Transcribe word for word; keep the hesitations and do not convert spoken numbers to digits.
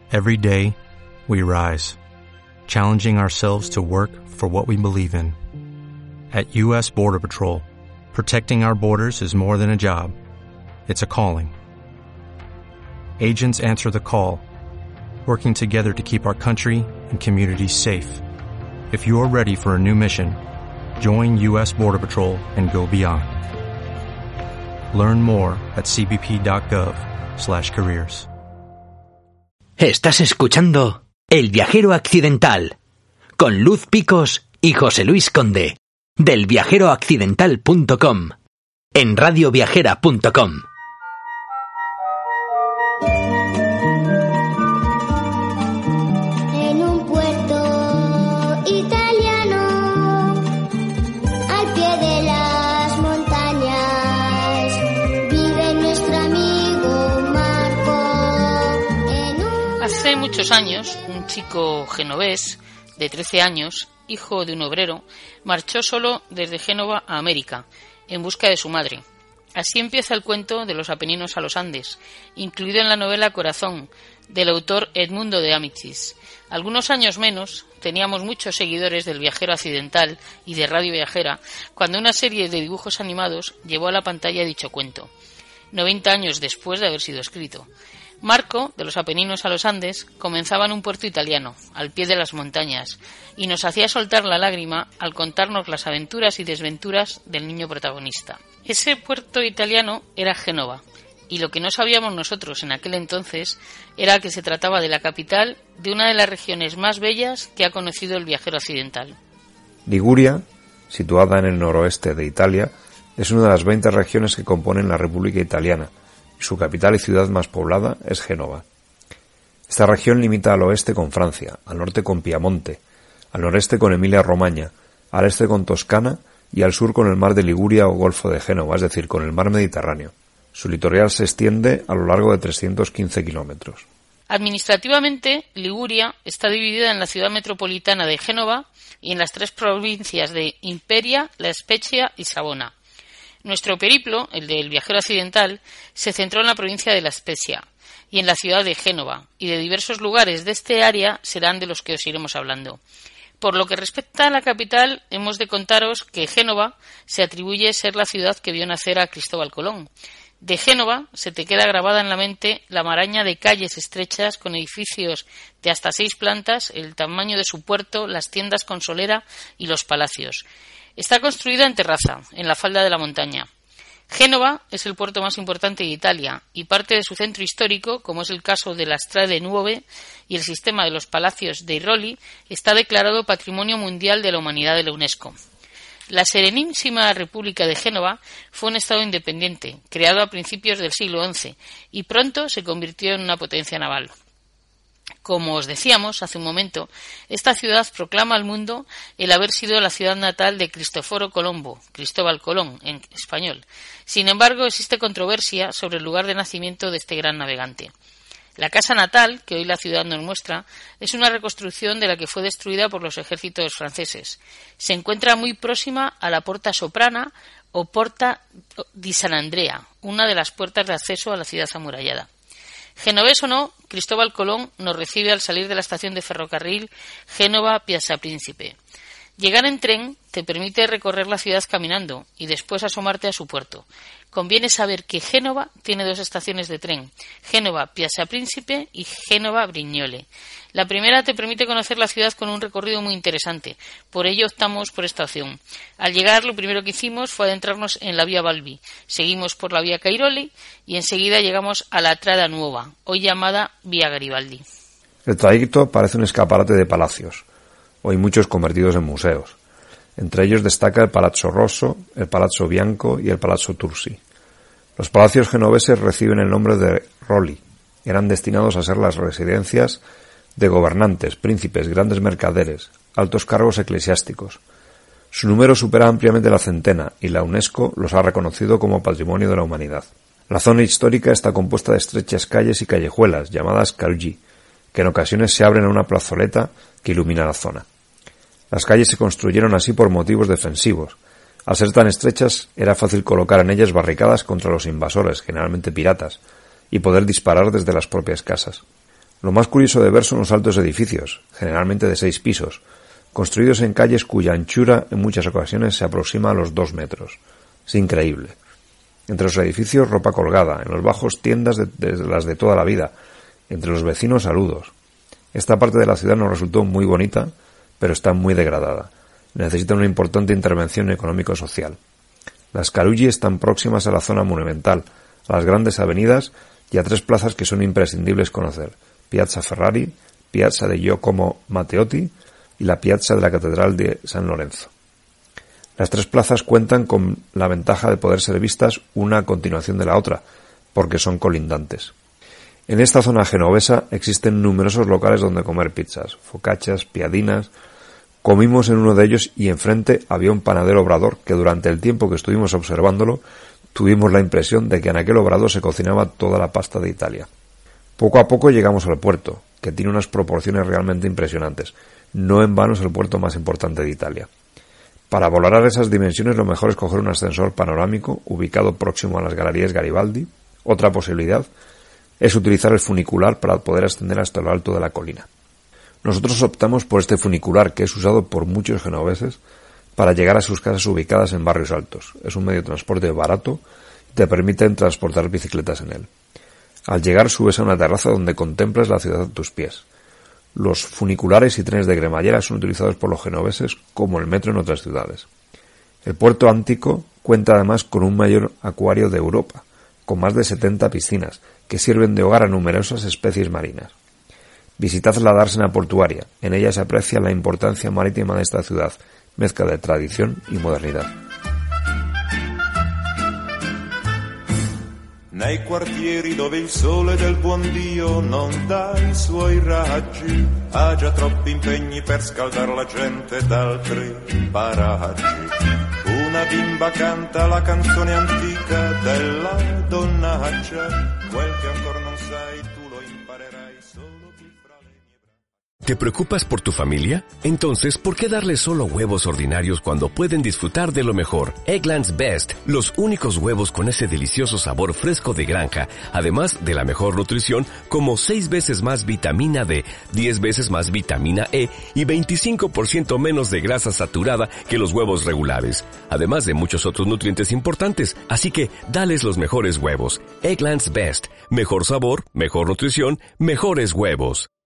Every day, we rise, challenging ourselves to work for what we believe in. At U S Border Patrol, protecting our borders is more than a job. It's a calling. Agents answer the call, working together to keep our country and communities safe. If you are ready for a new mission, join U S Border Patrol and go beyond. Learn more at c b p dot gov slash careers. Estás escuchando El Viajero Accidental con Luz Picos y José Luis Conde del viajero accidental punto com en radio viajera punto com. En un puerto italiano, al pie de las montañas, vive nuestro amigo Marco. En un... Hace muchos años, un chico genovés de trece años, hijo de un obrero, marchó solo desde Génova a América, en busca de su madre. Así empieza el cuento de los Apeninos a los Andes, incluido en la novela Corazón, del autor Edmundo de Amicis. Algunos años menos, teníamos muchos seguidores del Viajero Accidental y de Radio Viajera, cuando una serie de dibujos animados llevó a la pantalla dicho cuento, noventa años después de haber sido escrito. Marco, de los Apeninos a los Andes, comenzaba en un puerto italiano, al pie de las montañas, y nos hacía soltar la lágrima al contarnos las aventuras y desventuras del niño protagonista. Ese puerto italiano era Génova, y lo que no sabíamos nosotros en aquel entonces era que se trataba de la capital de una de las regiones más bellas que ha conocido el viajero accidental. Liguria, situada en el noroeste de Italia, es una de las veinte regiones que componen la República Italiana, y su capital y ciudad más poblada es Génova. Esta región limita al oeste con Francia, al norte con Piamonte, al noreste con Emilia-Romaña, al este con Toscana y al sur con el mar de Liguria o Golfo de Génova, es decir, con el mar Mediterráneo. Su litoral se extiende a lo largo de trescientos quince kilómetros. Administrativamente, Liguria está dividida en la ciudad metropolitana de Génova y en las tres provincias de Imperia, La Spezia y Savona. Nuestro periplo, el del viajero accidental, se centró en la provincia de La Spezia y en la ciudad de Génova, y de diversos lugares de este área serán de los que os iremos hablando. Por lo que respecta a la capital, hemos de contaros que Génova se atribuye ser la ciudad que vio nacer a Cristóbal Colón. De Génova se te queda grabada en la mente la maraña de calles estrechas con edificios de hasta seis plantas, el tamaño de su puerto, las tiendas con solera y los palacios. Está construida en terraza, en la falda de la montaña. Génova es el puerto más importante de Italia y parte de su centro histórico, como es el caso de la Strade Nuove y el sistema de los palacios de Roli, está declarado Patrimonio Mundial de la Humanidad de la UNESCO. La Serenísima República de Génova fue un estado independiente, creado a principios del siglo once, y pronto se convirtió en una potencia naval. Como os decíamos hace un momento, esta ciudad proclama al mundo el haber sido la ciudad natal de Cristoforo Colombo, Cristóbal Colón en español. Sin embargo, existe controversia sobre el lugar de nacimiento de este gran navegante. La casa natal, que hoy la ciudad nos muestra, es una reconstrucción de la que fue destruida por los ejércitos franceses. Se encuentra muy próxima a la Porta Soprana o Porta di San Andrea, una de las puertas de acceso a la ciudad amurallada. Genovés o no, Cristóbal Colón nos recibe al salir de la estación de ferrocarril Génova-Piazza Príncipe. Llegar en tren te permite recorrer la ciudad caminando y después asomarte a su puerto. Conviene saber que Génova tiene dos estaciones de tren, Génova-Piazza Príncipe y Génova-Brignole. La primera te permite conocer la ciudad con un recorrido muy interesante, por ello optamos por esta opción. Al llegar, lo primero que hicimos fue adentrarnos en la vía Balbi, seguimos por la vía Cairoli y enseguida llegamos a la Strada Nuova, hoy llamada vía Garibaldi. El trayecto parece un escaparate de palacios, hoy muchos convertidos en museos. Entre ellos destaca el Palazzo Rosso, el Palazzo Bianco y el Palazzo Tursi. Los palacios genoveses reciben el nombre de Roli. Eran destinados a ser las residencias de gobernantes, príncipes, grandes mercaderes, altos cargos eclesiásticos. Su número supera ampliamente la centena y la UNESCO los ha reconocido como Patrimonio de la Humanidad. La zona histórica está compuesta de estrechas calles y callejuelas llamadas caruggi, que en ocasiones se abren a una plazoleta que ilumina la zona. Las calles se construyeron así por motivos defensivos. Al ser tan estrechas, era fácil colocar en ellas barricadas contra los invasores, generalmente piratas, y poder disparar desde las propias casas. Lo más curioso de ver son los altos edificios, generalmente de seis pisos, construidos en calles cuya anchura en muchas ocasiones se aproxima a los dos metros. Es increíble. Entre los edificios ropa colgada, en los bajos tiendas de, de las de toda la vida, entre los vecinos saludos. Esta parte de la ciudad nos resultó muy bonita, pero está muy degradada. Necesita una importante intervención económico-social. Las Caruggi están próximas a la zona monumental, a las grandes avenidas y a tres plazas que son imprescindibles conocer: Piazza Ferrari, Piazza de Giacomo Matteotti y la Piazza de la Catedral de San Lorenzo. Las tres plazas cuentan con la ventaja de poder ser vistas una a continuación de la otra, porque son colindantes. En esta zona genovesa existen numerosos locales donde comer pizzas, focaccias, piadinas. Comimos en uno de ellos y enfrente había un panadero obrador que durante el tiempo que estuvimos observándolo tuvimos la impresión de que en aquel obrador se cocinaba toda la pasta de Italia. Poco a poco llegamos al puerto, que tiene unas proporciones realmente impresionantes. No en vano es el puerto más importante de Italia. Para volar a esas dimensiones lo mejor es coger un ascensor panorámico ubicado próximo a las Galerías Garibaldi. Otra posibilidad es utilizar el funicular para poder ascender hasta lo alto de la colina. Nosotros optamos por este funicular, que es usado por muchos genoveses para llegar a sus casas ubicadas en barrios altos. Es un medio de transporte barato y te permiten transportar bicicletas en él. Al llegar subes a una terraza donde contemplas la ciudad a tus pies. Los funiculares y trenes de cremallera son utilizados por los genoveses como el metro en otras ciudades. El puerto Antico cuenta además con un mayor acuario de Europa, con más de setenta piscinas, que sirven de hogar a numerosas especies marinas. Visitad la dársena portuaria, en ella se aprecia la importancia marítima de esta ciudad, mezcla de tradición y modernidad. Nei quartieri dove il sole del buon Dio non dà i suoi raggi, ha già troppi impegni per scaldare la gente d'altri paraggi. Una bimba canta la canzone antica della donnaccia, quel che ancora non sai tu lo imparerai solo qui fra le mie braccia. ¿Te preocupas por tu familia? Entonces, ¿por qué darles solo huevos ordinarios cuando pueden disfrutar de lo mejor? Eggland's Best, los únicos huevos con ese delicioso sabor fresco de granja, además de la mejor nutrición, como seis veces más vitamina D, diez veces más vitamina E y veinticinco por ciento menos de grasa saturada que los huevos regulares, además de muchos otros nutrientes importantes. Así que, dales los mejores huevos. Eggland's Best, mejor sabor, mejor nutrición, mejores huevos.